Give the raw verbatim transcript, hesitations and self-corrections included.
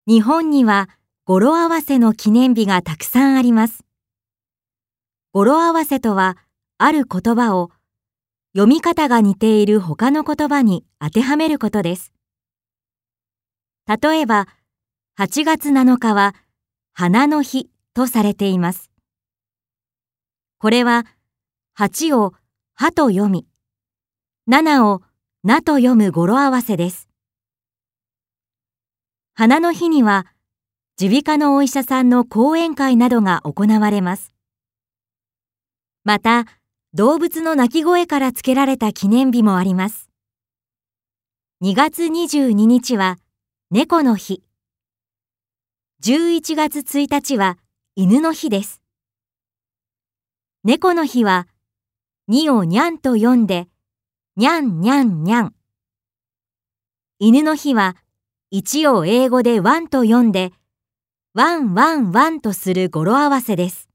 日本には語呂合わせの記念日がたくさんあります。語呂合わせとは、ある言葉を読み方が似ている他の言葉に当てはめることです。例えば、はちがつなのかは花の日とされています。これは、はちをはと読み、ななをなと読む語呂合わせです。花の日には、耳鼻科のお医者さんの講演会などが行われます。また、動物の鳴き声から付けられた記念日もあります。にがつにじゅうににちは猫の日。じゅういちがつついたちは犬の日です。猫の日はにをにゃんと読んで、にゃんにゃんにゃん。犬の日はいちを英語でワンと読んで、ワンワンワンとする語呂合わせです。